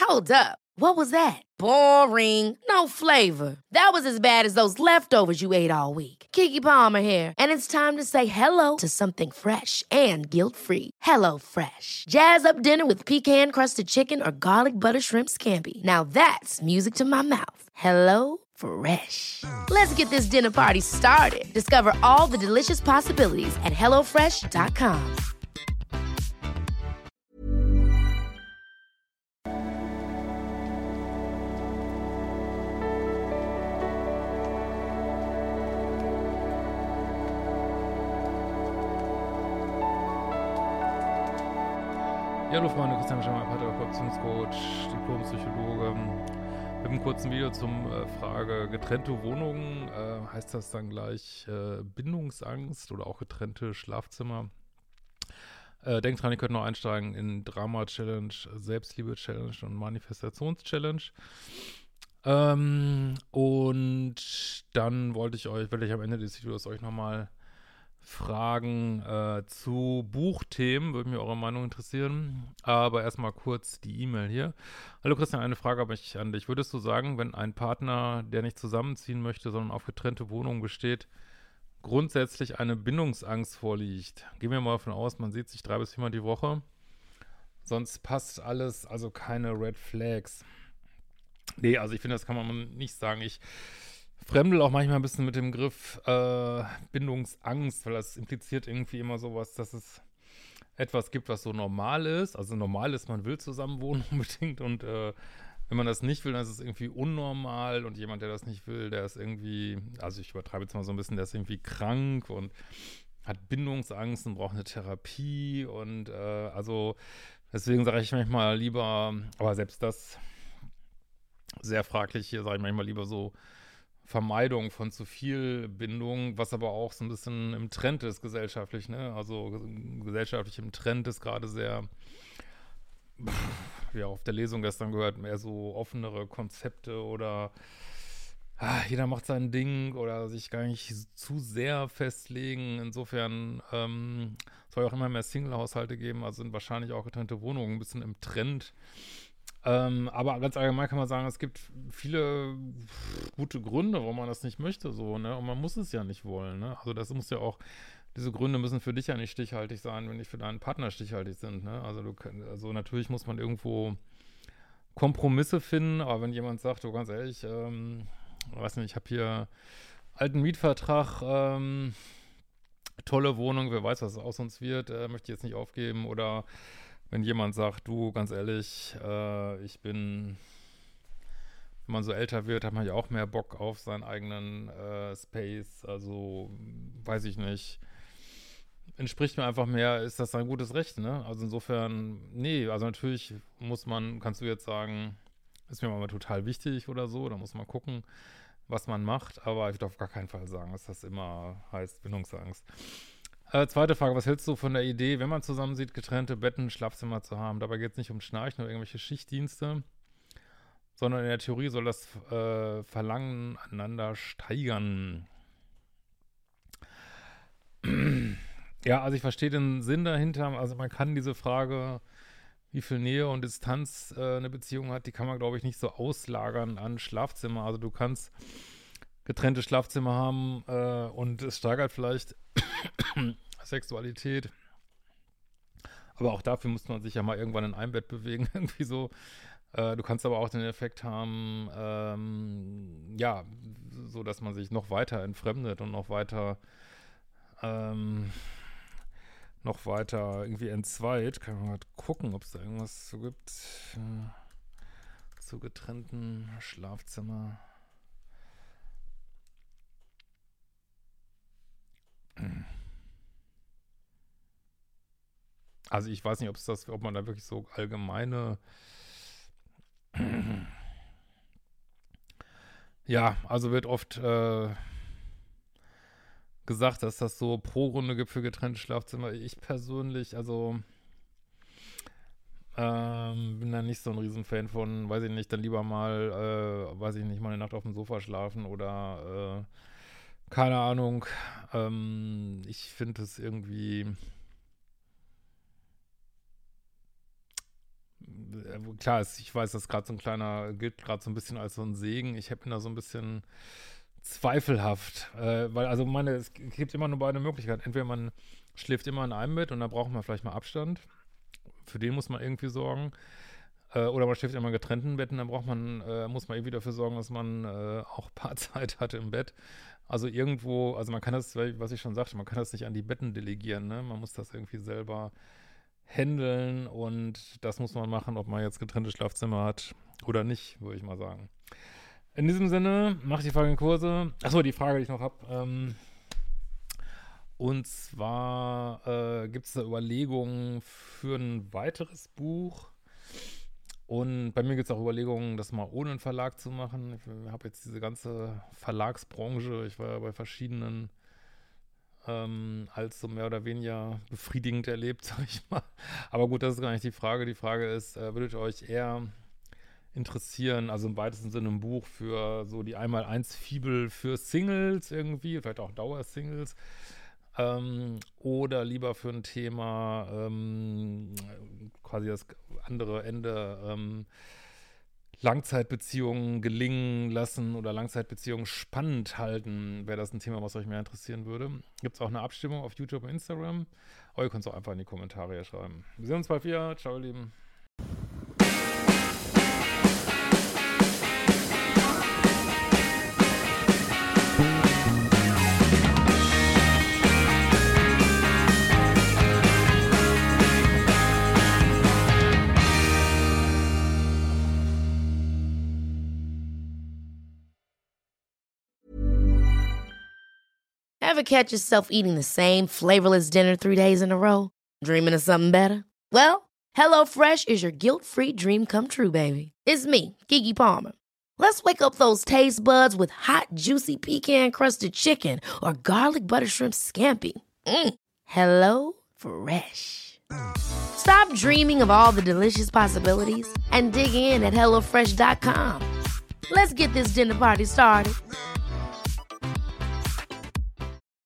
Hold up. What was that? Boring. No flavor. That was as bad as those leftovers you ate all week. Keke Palmer here, and it's time to say hello to something fresh and guilt-free. Hello Fresh. Jazz up dinner with pecan-crusted chicken or garlic butter shrimp scampi. Now that's music to my mouth. Hello Fresh. Let's get this dinner party started. Discover all the delicious possibilities at hellofresh.com. Ja, hallo Freunde, Christian Schemmer, Paartherapeut, Beziehungscoach, Diplompsychologe. Mit einem kurzen Video zum Frage getrennte Wohnungen. Heißt das dann gleich Bindungsangst oder auch getrennte Schlafzimmer? Denkt dran, ihr könnt noch einsteigen in Drama-Challenge, Selbstliebe-Challenge und Manifestations-Challenge. Und dann werde ich am Ende des Videos euch nochmal Fragen zu Buchthemen, würde mich eure Meinung interessieren. Aber erstmal kurz die E-Mail hier. Hallo Christian, eine Frage habe ich an dich. Würdest du sagen, wenn ein Partner, der nicht zusammenziehen möchte, sondern auf getrennte Wohnungen besteht, grundsätzlich eine Bindungsangst vorliegt? Gehen wir mal davon aus, man sieht sich 3 bis 4 Mal die Woche. Sonst passt alles, also keine Red Flags. Nee, also ich finde, das kann man nicht sagen. Ich fremdel auch manchmal ein bisschen mit dem Begriff Bindungsangst, weil das impliziert irgendwie immer sowas, dass es etwas gibt, was so normal ist. Also normal ist, man will zusammen wohnen unbedingt und wenn man das nicht will, dann ist es irgendwie unnormal und jemand, der das nicht will, der ist irgendwie, also ich übertreibe jetzt mal so ein bisschen, der ist irgendwie krank und hat Bindungsangst und braucht eine Therapie und also deswegen sage ich manchmal lieber, aber selbst das sehr fraglich, hier sage ich manchmal lieber so Vermeidung von zu viel Bindung, was aber auch so ein bisschen im Trend ist gesellschaftlich, ne? Also gesellschaftlich im Trend ist gerade sehr, ja, auf der Lesung gestern gehört, mehr so offenere Konzepte oder jeder macht sein Ding oder sich gar nicht zu sehr festlegen. Insofern soll ja auch immer mehr Single-Haushalte geben, also sind wahrscheinlich auch getrennte Wohnungen ein bisschen im Trend. Aber ganz allgemein kann man sagen, es gibt viele gute Gründe, warum man das nicht möchte, so, ne? Und man muss es ja nicht wollen, ne? Also das muss ja auch, diese Gründe müssen für dich ja nicht stichhaltig sein, wenn die für deinen Partner stichhaltig sind, ne? Also natürlich muss man irgendwo Kompromisse finden, aber wenn jemand sagt, du ganz ehrlich, weiß nicht, ich habe hier alten Mietvertrag, tolle Wohnung, wer weiß, was es aus uns wird, möchte ich jetzt nicht aufgeben, oder wenn jemand sagt, du, ganz ehrlich, wenn man so älter wird, hat man ja auch mehr Bock auf seinen eigenen Space, also weiß ich nicht, entspricht mir einfach mehr, ist das ein gutes Recht, ne? Also insofern, nee, also natürlich kannst du jetzt sagen, ist mir mal total wichtig oder so, da muss man gucken, was man macht, aber ich würde auf gar keinen Fall sagen, dass das immer heißt Bindungsangst. Zweite Frage, was hältst du von der Idee, wenn man zusammen sieht, getrennte Betten, Schlafzimmer zu haben? Dabei geht es nicht um Schnarchen oder irgendwelche Schichtdienste, sondern in der Theorie soll das Verlangen aneinander steigern. Ja, also ich verstehe den Sinn dahinter. Also man kann diese Frage, wie viel Nähe und Distanz eine Beziehung hat, die kann man, glaube ich, nicht so auslagern an Schlafzimmer. Also du kannst getrennte Schlafzimmer haben und es steigert vielleicht Sexualität. Aber auch dafür muss man sich ja mal irgendwann in einem Bett bewegen, irgendwie so. Du kannst aber auch den Effekt haben, ja, so dass man sich noch weiter entfremdet und noch weiter irgendwie entzweit. Kann man mal gucken, ob es da irgendwas so gibt zu getrennten Schlafzimmer. Also ich weiß nicht, ob man da wirklich so allgemeine ja, also wird oft gesagt, dass das so Pro-Gründe gibt für getrennte Schlafzimmer. Ich persönlich, also bin da nicht so ein Riesenfan von, weiß ich nicht, dann lieber mal, weiß ich nicht, mal eine Nacht auf dem Sofa schlafen oder keine Ahnung. Ich finde es irgendwie klar, ich weiß, das gerade so ein kleiner, gilt gerade so ein bisschen als so ein Segen. Ich bin da so ein bisschen zweifelhaft, weil also es gibt immer nur beide Möglichkeiten. Entweder man schläft immer in einem Bett und da braucht man vielleicht mal Abstand. Für den muss man irgendwie sorgen. Oder man schläft immer in getrennten Betten, dann muss man irgendwie dafür sorgen, dass man auch Paarzeit hat im Bett. Also irgendwo, also man kann das, was ich schon sagte, man kann das nicht an die Betten delegieren, ne? Man muss das irgendwie selber handeln und das muss man machen, ob man jetzt getrennte Schlafzimmer hat oder nicht, würde ich mal sagen. In diesem Sinne, macht die folgenden Kurse. Achso, die Frage, die ich noch habe. Und zwar gibt es da Überlegungen für ein weiteres Buch. Und bei mir gibt es auch Überlegungen, das mal ohne einen Verlag zu machen. Ich habe jetzt diese ganze Verlagsbranche, ich war ja bei verschiedenen als so mehr oder weniger befriedigend erlebt, sag ich mal. Aber gut, das ist gar nicht die Frage. Die Frage ist, würdet ihr euch eher interessieren, also im weitesten Sinne ein Buch für so die Einmal-Eins-Fibel für Singles irgendwie, vielleicht auch Dauersingles, oder lieber für ein Thema, quasi das andere Ende, Langzeitbeziehungen gelingen lassen oder Langzeitbeziehungen spannend halten, wäre das ein Thema, was euch mehr interessieren würde. Gibt es auch eine Abstimmung auf YouTube und Instagram. Oder ihr könnt es auch einfach in die Kommentare hier schreiben. Wir sehen uns bald wieder. Ciao, ihr Lieben. Ever catch yourself eating the same flavorless dinner 3 days in a row? Dreaming of something better? Well, HelloFresh is your guilt-free dream come true, baby. It's me, Keke Palmer. Let's wake up those taste buds with hot, juicy pecan-crusted chicken or garlic butter shrimp scampi. Hello Fresh. Stop dreaming of all the delicious possibilities and dig in at HelloFresh.com. Let's get this dinner party started.